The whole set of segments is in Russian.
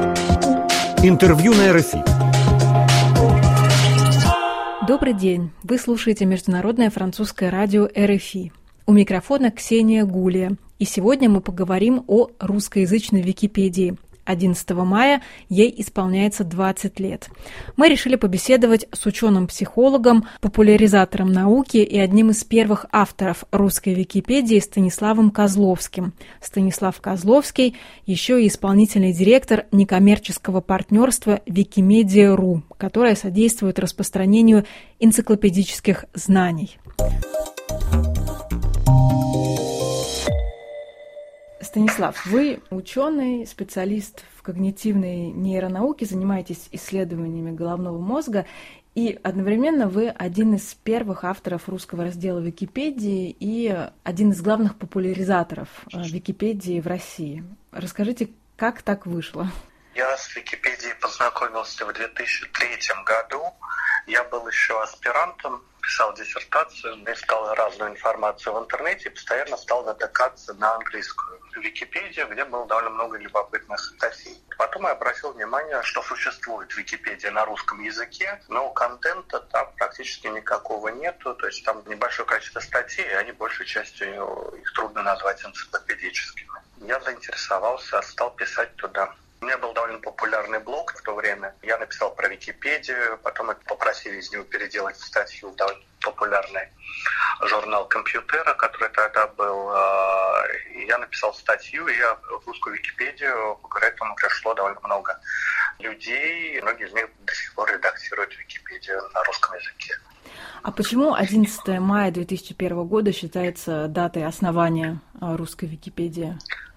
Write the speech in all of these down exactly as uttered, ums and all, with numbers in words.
Интервью на эр эф и. Добрый день. Вы слушаете Международное французское радио эр эф и. У микрофона Ксения Гулия. И сегодня мы поговорим о русскоязычной Википедии. одиннадцатого мая ей исполняется двадцать лет. Мы решили побеседовать с ученым-психологом, популяризатором науки и одним из первых авторов русской Википедии Станиславом Козловским. Станислав Козловский еще и исполнительный директор некоммерческого партнерства Викимедиа точка ру, которое содействует распространению энциклопедических знаний. Станислав, вы ученый, специалист в когнитивной нейронауке, занимаетесь исследованиями головного мозга, и одновременно вы один из первых авторов русского раздела Википедии и один из главных популяризаторов Википедии в России. Расскажите, как так вышло? Я с Википедией познакомился в две тысячи третьем году. Я был еще аспирантом, писал диссертацию, искал разную информацию в интернете и постоянно стал натыкаться на английскую Википедию, где было довольно много любопытных статей. Потом я обратил внимание, что существует Википедия на русском языке, но контента там практически никакого нету, то есть там небольшое количество статей, и они большей частью, их трудно назвать энциклопедическими. Я заинтересовался, стал писать туда. У меня был довольно популярный блог в то время. Я написал про Википедию, потом попросили из него переделать статью в довольно популярный журнал «Компьютера», который тогда был. И я написал статью, и в русскую Википедию к этому пришло довольно много людей. Многие из них до сих пор редактируют Википедию на русском языке. А почему одиннадцатого мая две тысячи первого года считается датой основания русской Википедии?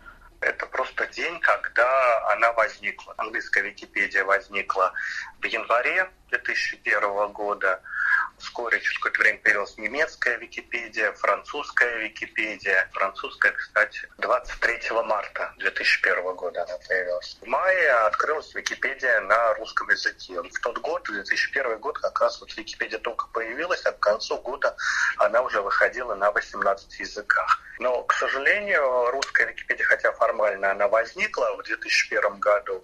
Это просто день, когда она возникла. Английская Википедия возникла в январе две тысячи первого года. Вскоре, через какое-то время, появилась немецкая Википедия, французская Википедия. Французская, кстати, двадцать третьего марта две тысячи первого года она появилась. В мае открылась Википедия на русском языке. В тот год, две тысячи первый год, как раз вот Википедия только появилась, а к концу года она уже выходила на восемнадцати языках. Но, к сожалению, русская Википедия, хотя формально она возникла в две тысячи первом году,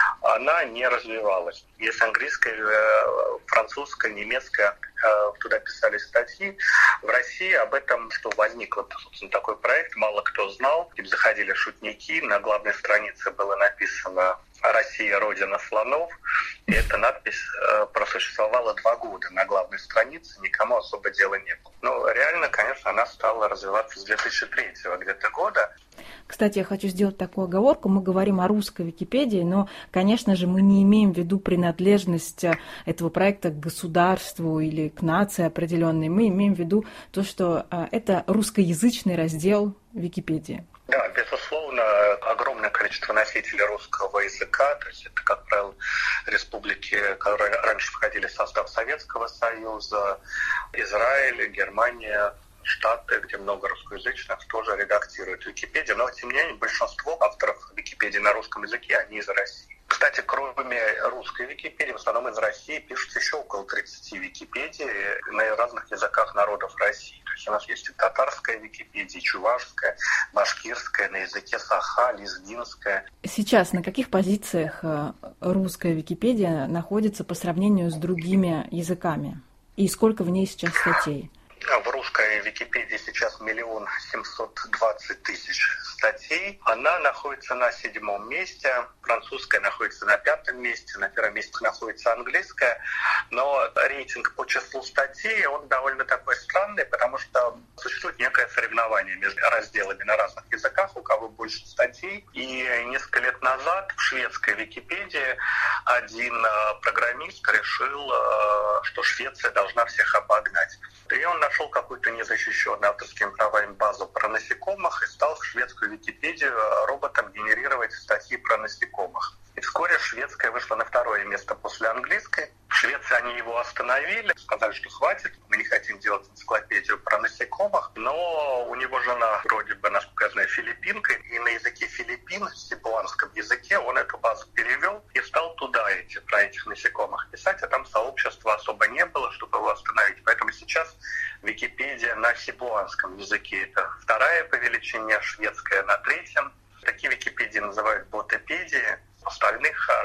она не развивалась. Есть английская, французская, немецкая, туда писали статьи. В России об этом, что возникло, собственно, такой проект, мало кто знал. Заходили шутники, на главной странице было написано «Россия – родина слонов». И эта надпись просуществовала два года на главной странице, никому особо дела не было. Но реально, конечно, она стала развиваться с две тысячи третьего где-то года. Кстати, я хочу сделать такую оговорку. Мы говорим о русской Википедии, но, конечно же, мы не имеем в виду принадлежность этого проекта к государству или к нации определенной. Мы имеем в виду то, что это русскоязычный раздел Википедии. Да, безусловно, огромное количество носителей русского языка, то есть это, как правило, республики, которые раньше входили в состав Советского Союза, Израиль, Германия, Штаты, где много русскоязычных, тоже редактируют Википедию, но, тем не менее, большинство авторов Википедии на русском языке, они из России. Кстати, кроме русской Википедии, в основном из России пишут еще около тридцати Википедий на разных языках народов России. То есть у нас есть и татарская Википедия, и чувашская, башкирская, на языке саха, лезгинская. Сейчас на каких позициях русская Википедия находится по сравнению с другими языками? И сколько в ней сейчас статей? В русской Википедии сейчас миллион семьсот двадцать тысяч статей. Она находится на седьмом месте, французская находится на пятом месте, на первом месте находится английская. Но рейтинг по числу статей, он довольно такой странный, потому что существует некое соревнование между разделами на разных языках, у кого больше статей. И несколько лет назад в шведской Википедии один программист решил, что Швеция должна всех обогнать. И он нашел какую-то незащищенную авторскими правами базу про насекомых и стал в шведскую Википедию роботом генерировать статьи про насекомых. И вскоре шведская вышла на второе место после английской. В Швеции они его остановили, сказали, что хватит, мы не хотим делать энциклопедию про насекомых. Но у него жена, вроде бы, насколько я знаю, филиппинка, и на языке Филиппин, в сипуанском языке, он эту базу перевел и стал туда эти, про этих насекомых писать, а там сообщества особо не было, чтобы его остановить. Поэтому сейчас Википедия на сипуанском языке — это вторая по величине, шведская на третьем. Такие Википедии называют ботопедии. В остальных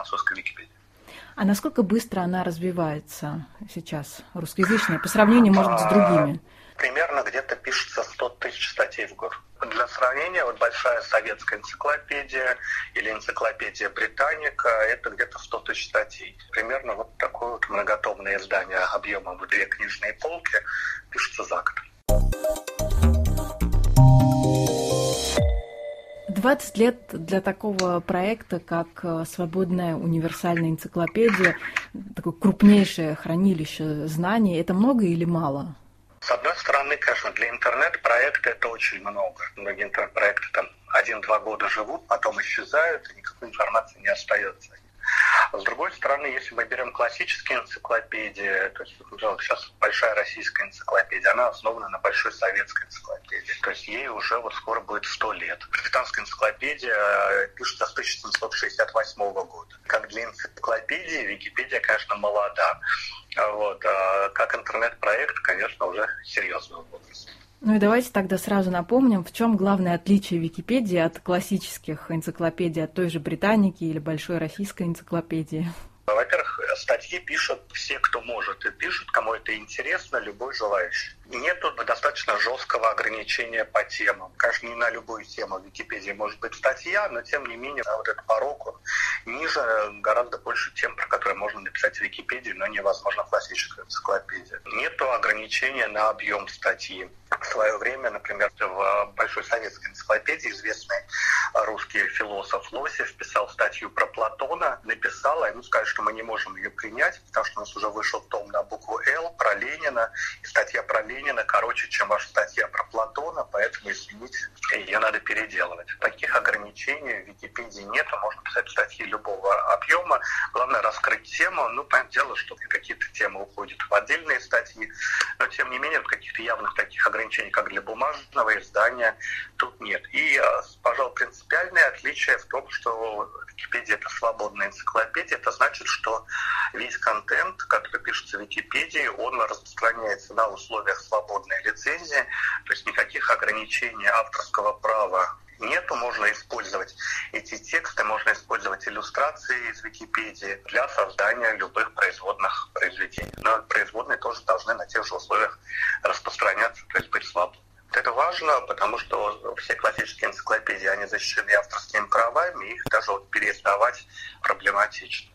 французской Википедии. А насколько быстро она развивается сейчас, русскоязычная, по сравнению, может быть, с другими? Примерно где-то пишется сто тысяч статей в год. Для сравнения, вот большая советская энциклопедия или энциклопедия Британика – это где-то сто тысяч статей. Примерно вот такое вот многотомное издание объемом в две книжные полки пишется за год. двадцать лет для такого проекта, как «Свободная универсальная энциклопедия», такое крупнейшее хранилище знаний, это много или мало? С одной стороны, конечно, для интернет-проекта это очень много. Многие интернет-проекты там один-два года живут, потом исчезают, и никакой информации не остается. С другой стороны, если мы берем классические энциклопедии, то есть сейчас большая российская энциклопедия, она основана на большой советской энциклопедии. То есть ей уже вот скоро будет сто лет. Британская энциклопедия пишется с тысяча семьсот шестьдесят восьмого года. Как для энциклопедии, Википедия, конечно, молода. Вот. А как интернет-проект, конечно, уже серьезного возраста. Ну и давайте тогда сразу напомним, в чем главное отличие Википедии от классических энциклопедий, от той же Британики или большой российской энциклопедии. Во-первых, статьи пишут все, кто может, и пишут, кому это интересно, любой желающий. Нет достаточно жесткого ограничения по темам. Конечно, не на любую тему в Википедии может быть статья, но тем не менее, вот этот порог, он ниже, гораздо больше тем, про которые можно написать в Википедии, но невозможно в классической энциклопедии. Нет ограничения на объем статьи. В свое время, например, в большой советской энциклопедии известный русский философ Лосев писал статью про Платона, написал, а ему сказали, что мы не можем ее принять, потому что у нас уже вышел том на букву «Л» про Ленина, и статья про Ленина короче, чем ваша статья про Платона, поэтому, извините, ее надо переделывать. Таких ограничений в Википедии нет, можно писать статьи любого объема, главное раскрыть тему, ну, понятное дело, что какие-то темы уходят в отдельные статьи, но, тем не менее, каких-то явных таких ограничений, как для бумажного издания, тут нет. И, пожалуй, принципиальное отличие в том, что Википедия — это свободная энциклопедия, это значит, что весь контент, который пишется в Википедии, он распространяется на условиях свободной лицензии, то есть никаких ограничений авторского права нету, можно использовать эти тексты, можно использовать иллюстрации из Википедии для создания любых производных произведений. Но производные тоже должны на тех же условиях распространяться, то есть быть свободны. Это важно, потому что все классические энциклопедии, они защищены авторскими правами, их даже вот переиздавать проблематично.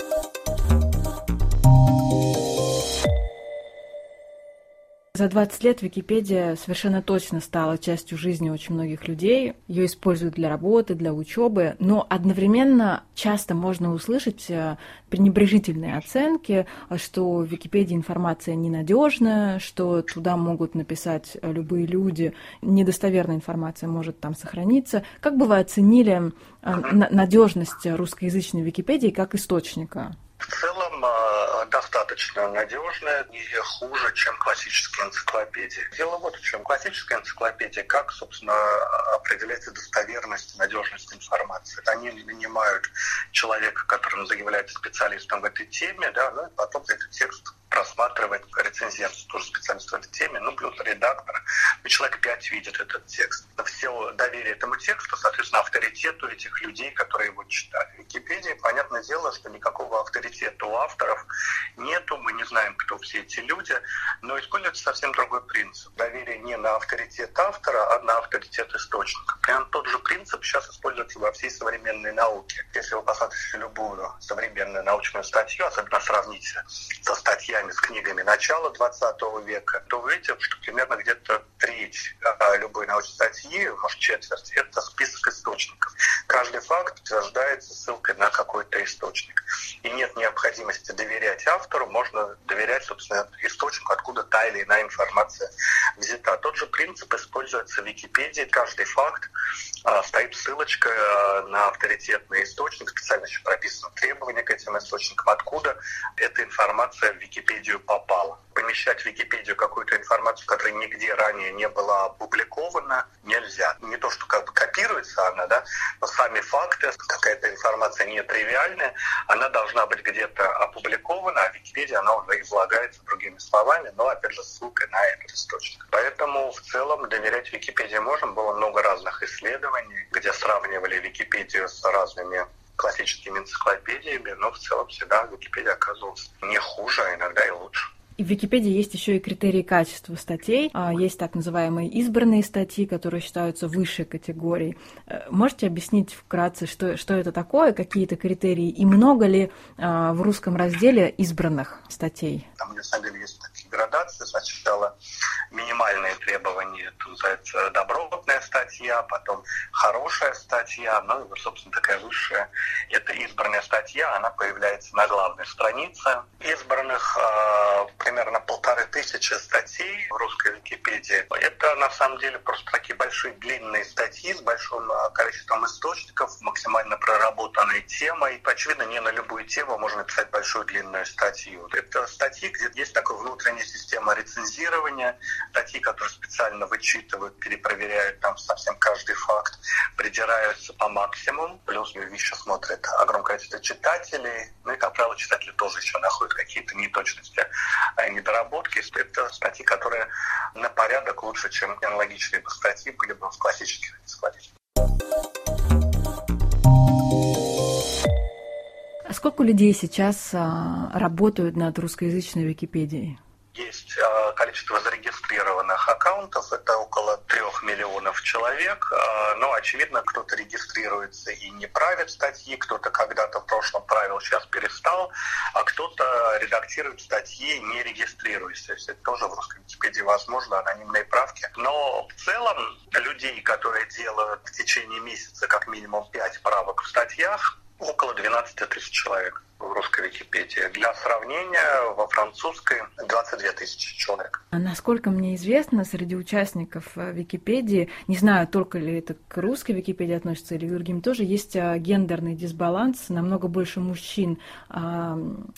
За двадцать лет Википедия совершенно точно стала частью жизни очень многих людей. Ее используют для работы, для учебы, но одновременно часто можно услышать пренебрежительные оценки, что в Википедии информация ненадежная, что туда могут написать любые люди, недостоверная информация может там сохраниться. Как бы вы оценили надежность русскоязычной Википедии как источника? В целом достаточно надежная, не хуже, чем классические энциклопедии. Дело вот в чем. Классическая энциклопедия, как, собственно, определяется достоверность и надежность информации. Они нанимают человека, который является специалистом в этой теме, да, ну и потом этот текст просматривает рецензент, тоже специалист в этой теме, ну, плюс редактор. И человек пять видит этот текст. Все доверие этому тексту, соответственно, авторитету этих людей, которые его читают. В Википедии, понятное дело, что никакого авторитета у авторов нету, мы не знаем, кто все эти люди, но используется совсем другой принцип. Доверие не на авторитет автора, а на авторитет источника. Прям тот же принцип сейчас используется во всей современной науке. Если вы посмотрите любую современную научную статью, особенно сравните со статьями, с книгами начала двадцатого века, то вы увидите, что примерно где-то треть любой научной статьи, может четверть, это список источников. Каждый факт подтверждается ссылкой на какой-то источник. И нет необходимости доверять автору, можно доверять, собственно, источнику, откуда та или иная информация взята. Тот же принцип используется в Википедии. Каждый факт а, стоит ссылочка а, на авторитетный источник, специально еще прописано требования к этим источникам, откуда эта информация в Википедию попала. Помещать в Википедию какую-то информацию, которая нигде ранее не была опубликована, нельзя. Не то, что как бы копируется она, да, но сами факты, какая-то информация нетривиальная, она должна быть где-то опубликована, а в Википедии она уже излагается другими словами, но, опять же, ссылкой на этот источник. Поэтому в целом доверять Википедии можно. Было много разных исследований, где сравнивали Википедию с разными классическими энциклопедиями, но в целом всегда Википедия оказывалась не хуже, а иногда и лучше. И в Википедии есть еще и критерии качества статей. Есть так называемые избранные статьи, которые считаются высшей категорией. Можете объяснить вкратце, что, что это такое, какие-то критерии, и много ли в русском разделе избранных статей? Там, на самом деле, есть такие градации. Сначала минимальные требования, это называется добротная статья, потом хорошая статья, ну и, собственно, такая высшая. Это избранная статья, она появляется на главной странице. Избранных примерно полторы тысячи статей в русской Википедии. Это, на самом деле, просто такие большие длинные статьи с большим количеством источников, максимально проработанной темой. Очевидно, не на любую тему можно написать большую длинную статью. Это статьи, где есть такая внутренняя система рецензирования, статьи, которые специально вычитывают, перепроверяют там совсем каждый факт, придираются по максимуму. Плюс еще смотрят огромное количество читателей. Ну и, как правило, читатели тоже еще находят какие-то неточности, недоработки. Это статьи, которые на порядок лучше, чем аналогичные статьи были бы в классических энциклопедиях. А сколько людей сейчас а, работают над русскоязычной Википедией? Есть количество зарегистрированных аккаунтов, это около трех миллионов человек, но, очевидно, кто-то регистрируется и не правит статьи, кто-то когда-то в прошлом правил, сейчас перестал, а кто-то редактирует статьи, не регистрируясь. То есть это тоже в русской Википедии возможно, анонимные правки. Но в целом людей, которые делают в течение месяца как минимум пять правок в статьях, около двенадцать тысяч человек в русской Википедии. Для сравнения, во французской двадцать две тысячи человек. Насколько мне известно, среди участников Википедии, не знаю, только ли это к русской Википедии относится или к другим тоже, есть гендерный дисбаланс. Намного больше мужчин а,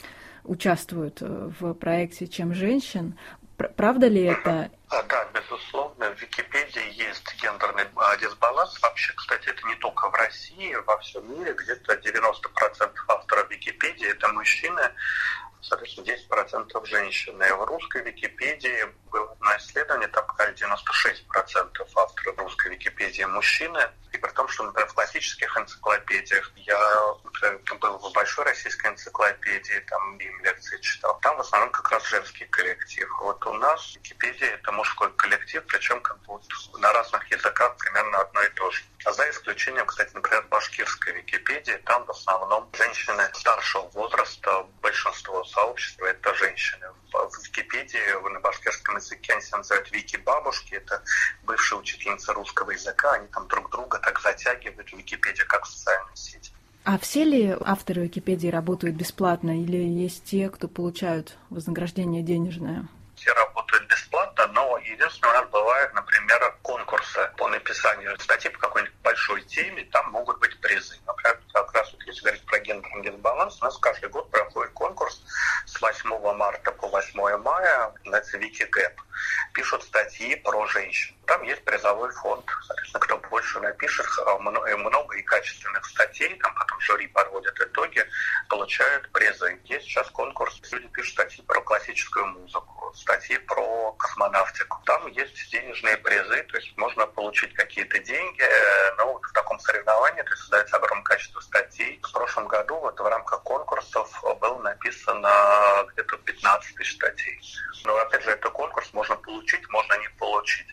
участвуют в проекте, чем женщин. Правда ли это? Да, безусловно, в Википедии есть гендерный дисбаланс. Вообще, кстати, это не только в России, во всем мире. Где-то девяносто процентов авторов Википедии – это мужчины, соответственно, десять процентов женщины. И в русской Википедии было одно исследование, там показали девяносто шесть процентов авторов русской Википедии мужчины. И при том, что, например, в классических энциклопедиях, я, например, был в большой российской энциклопедии, там им лекции читал, там в основном как раз женский коллектив. Вот у нас в Википедии это мужской коллектив, причем как бы вот на разных языках примерно одно и то же. А за исключением, кстати, например, башкирской Википедии, там в основном женщины старшего возраста, большинство сообщества это женщины. В Википедии на башкирском языке они себя называют вики-бабушки, это бывшие учительницы русского языка, они там друг друга так затягивают в Википедию, как в социальной сети. А все ли авторы Википедии работают бесплатно или есть те, кто получают вознаграждение денежное? Все работают бесплатно, но единственное, у нас бывают, например, конкурсы по написанию статьи по какой-нибудь большой теме, там могут быть призы. Например, как раз вот если говорить про гендерный дисбаланс, у нас каждый год проходит конкурс с восьмого марта по восьмое мая, называется Викигэп. Пишут статьи про женщин. Там есть призовой фонд. Соответственно, кто больше напишет много и качественных статей, там потом жюри подводят итоги, получают призы. Есть сейчас конкурс, люди пишут статьи про классическую музыку, статьи про космонавтику. Там есть денежные призы, то есть можно получить какие-то деньги, но вот в таком соревновании, то есть создается огромное количество статей. В прошлом году вот в рамках конкурсов было написано где-то пятнадцать тысяч статей. Но опять же, это конкурс, можно получить, можно не получить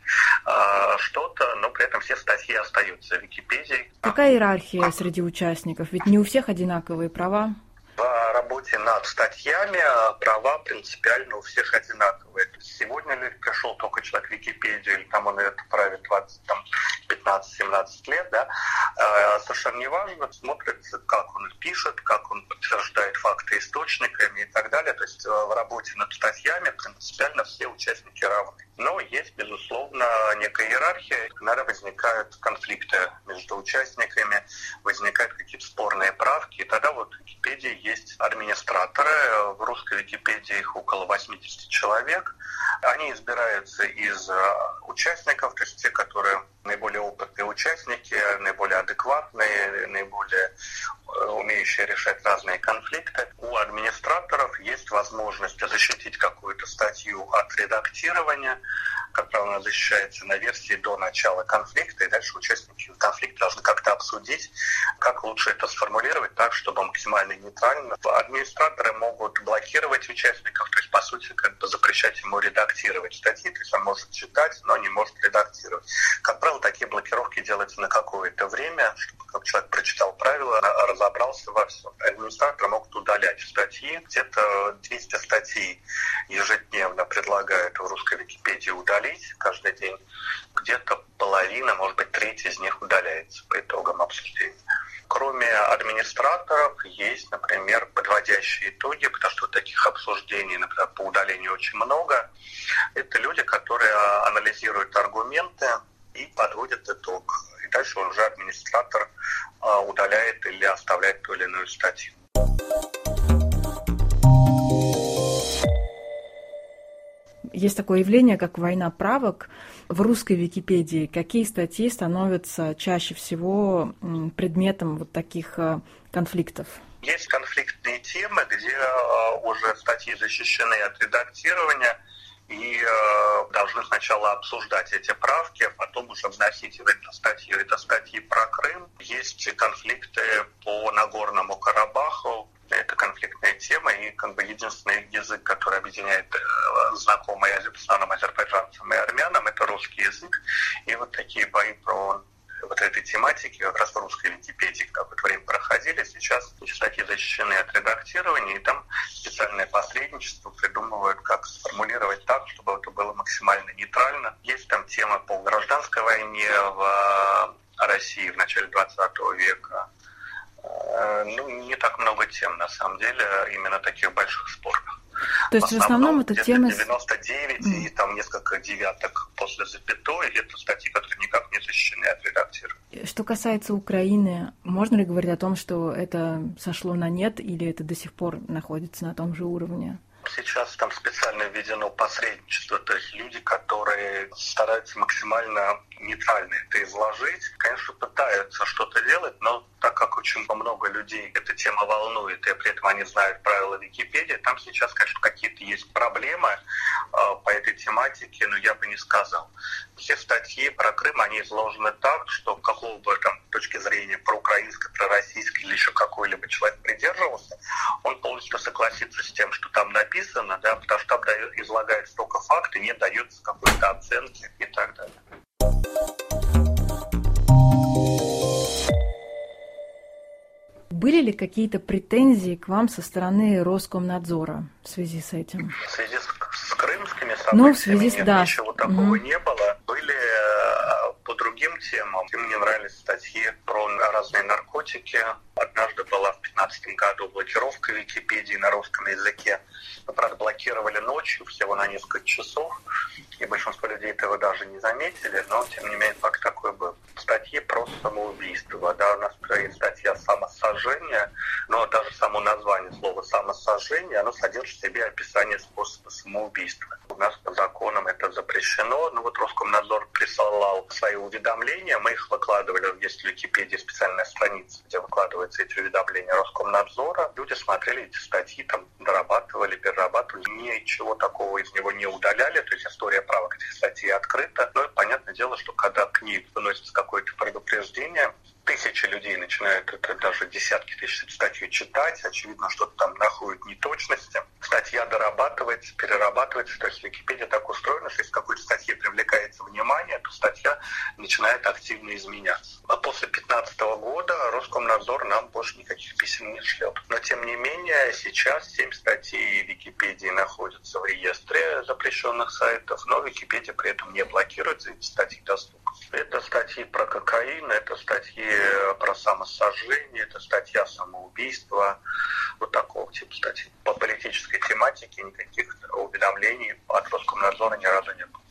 а, что-то, но при этом все статьи остаются в Википедии. Какая иерархия среди участников? Ведь не у всех одинаковые права. В работе над статьями права принципиально у всех одинаковые. То есть сегодня пришел только человек в Википедию, или там он это правит двадцать, там, пятнадцать-семнадцать лет, да, совершенно не важно, смотрится, как он пишет, как он подтверждает факты источниками и так далее. То есть в работе над статьями принципиально все участники равны. Но есть, безусловно, некая иерархия. Иногда возникают конфликты между участниками, возникают какие-то спорные правки. И тогда вот в Википедии есть администраторы. В русской Википедии их около восемьдесят человек. Они избираются из участников, то есть те, которые наиболее опытные участники, наиболее адекватные, наиболее умеющие решать разные конфликты. У администраторов есть возможность защитить какую-то статью от редактирования, как правило, она защищается на версии до начала конфликта, и дальше участники конфликта должны как-то обсудить, как лучше это сформулировать так, чтобы максимально нейтрально. Администраторы могут блокировать участников, то есть, по сути, как бы запрещать ему редактировать статьи, то есть он может читать, но не может редактировать. Как правило, такие блокировки делаются на какое-то время, чтобы человек прочитал правила, разобрался во всем. Администраторы могут удалять статьи. Где-то двести статей ежедневно предлагают в русской Википедии удалить каждый день. Где-то половина, может быть, треть из них удаляется по итогам обсуждения. Кроме администраторов, есть, например, подводящие итоги, потому что вот таких обсуждений, например, по удалению очень много. Это люди, которые анализируют аргументы и подводят итог. И дальше уже администратор удаляет или оставляет ту или иную статью. Есть такое явление, как война правок. В русской Википедии какие статьи становятся чаще всего предметом вот таких конфликтов? Есть конфликтные темы, где уже статьи защищены от редактирования, и э, должны сначала обсуждать эти правки, а потом уже вносить в эту статью. Это статьи про Крым. Есть конфликты по Нагорному Карабаху. Это конфликтная тема, и как бы единственный язык, который объединяет э, знакомые азербайджанцам, азербайджанцам и армянам, это русский язык. И вот такие бои про вот этой тематики как раз в русской Википедии в какое-то время проходили. Сейчас статьи защищены от редактирования, и там специальное посредничество придумывают, как сформулировать так, чтобы это было максимально нейтрально. Есть там тема по гражданской войне в России в начале двадцатого века. Ну, не так много тем, на самом деле, именно таких больших спорных. То есть в основном, в основном это темы... девяносто девять mm. и там несколько девяток после запятой, это статьи, которые никак не защищены от редактирования. Что касается Украины, можно ли говорить о том, что это сошло на нет, или это до сих пор находится на том же уровне? Сейчас там специально введено посредничество, то есть люди, которые стараются максимально нейтрально это изложить, конечно, пытаются что-то делать, но так как очень много людей эта тема волнует, и при этом они знают правила Википедии, там сейчас, конечно, какие-то есть проблемы э, по этой тематике, но я бы не сказал. Все статьи про Крым, они изложены так, что какого бы там точки зрения проукраинской, пророссийской или еще какой-либо человек придерживался, он полностью согласится с тем, что там написано, да, потому что там дает, излагается только факты, не дается какой-то оценки и так далее. Были ли какие-то претензии к вам со стороны Роскомнадзора в связи с этим? В связи с, с крымскими событиями ну, в связи с, нет, да. ничего такого mm-hmm. не было. Были э, по другим темам. Мне нравились статьи про разные наркотики. Однажды была в пятнадцатом году блокировка Википедии на русском языке. Мы, правда, блокировали ночью, всего на несколько часов. И большинство людей этого даже не заметили, но, тем не менее, факт такой был. Статьи про самоубийство. Да, у нас есть статья «Самосожжение», но даже само название слова «самосожжение», оно содержит в себе описание способа самоубийства. У нас по законам это запрещено. Ну вот Роскомнадзор присылал свои уведомления, мы их выкладывали. Есть в Википедии специальная страница, где выкладываются эти уведомления Роскомнадзора. Люди смотрели эти статьи, там дорабатывали, перерабатывали. Ничего такого из него не удаляли, то есть история правок этих статей открыта. Но понятное дело, что когда к ней выносится какое-то предупреждение, тысячи людей начинают, это даже десятки тысяч статей читать, очевидно, что-то там находят неточности. Статья дорабатывается, перерабатывается, то есть Википедия так устроена, что если какой-то статье привлекается внимание, то статья начинает активно изменяться. А после две тысячи пятнадцатого года Роскомнадзор нам больше никаких писем не шлет. Но тем не менее, сейчас семь статей Википедии находятся в реестре запрещенных сайтов, но Википедия при этом не блокируется, эти статьи доступны. Это статьи про кокаин, это статьи про самосожжение, это статья самоубийства, вот такого типа статей. По политической тематике никаких уведомлений от Роскомнадзора ни разу не было.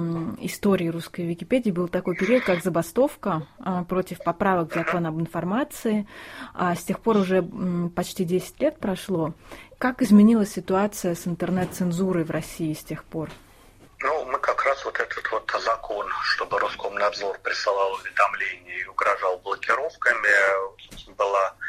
В истории русской Википедии был такой период, как забастовка против поправок закона об информации. А с тех пор уже почти десять лет прошло. Как изменилась ситуация с интернет-цензурой в России с тех пор? Ну, мы как раз вот этот вот закон, чтобы Роскомнадзор присылал уведомления и угрожал блокировками, была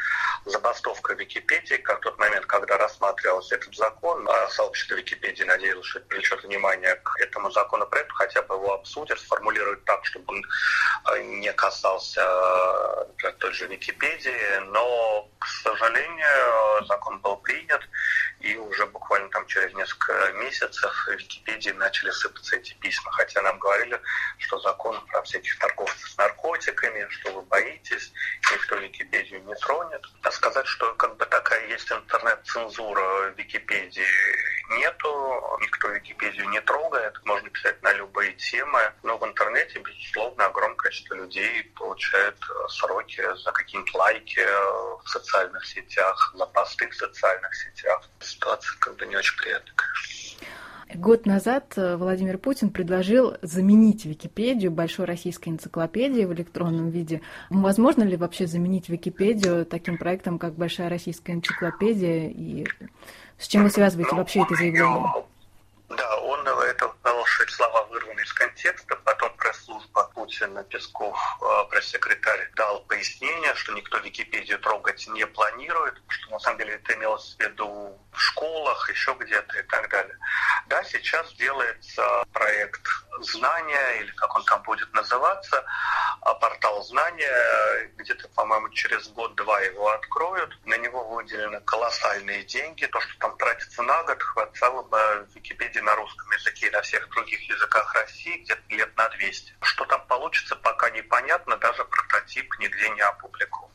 забастовка Википедии, как в тот момент, когда рассматривался этот закон, а сообщество Википедии надеялось, что это привлечет внимание к этому законопроекту, хотя бы его обсудят, сформулируют так, чтобы он не касался, например, той же Википедии, но, к сожалению, закон был принят, и уже буквально там через несколько месяцев в Википедии начали сыпаться эти письма, хотя нам говорили, что закон про всяких торговцев с наркотиками, что вы боитесь, никто Википедию не тронет. А сказать, что как бы такая есть интернет-цензура в Википедии, нету, никто Википедию не трогает, можно писать на любые темы, но в интернете, безусловно, огромное количество людей получает сроки за какие-нибудь лайки в социальных сетях, за посты в социальных сетях. Ситуация как бы не очень приятная, конечно. Год назад Владимир Путин предложил заменить Википедию большой российской энциклопедией в электронном виде. Возможно ли вообще заменить Википедию таким проектом, как большая российская энциклопедия? И с чем вы связываете ну, вообще это заявление? Да, он это хорошие слова вырваны из контекста. Потом пресс-служба Путина, Песков, пресс-секретарь, дал пояснение, что никто Википедию трогать не планирует, что на самом деле это имелось в виду в школах, еще где-то и так далее. Да, сейчас делается проект «Знания», или как он там будет называться, портал «Знания», где-то, по-моему, через год-два его откроют. На него выделены колоссальные деньги. То, что там тратится на год, хватало бы Википедии на русском языке и на всех других языках России где-то лет на двести. Что там получится, пока непонятно, даже прототип нигде не опубликован.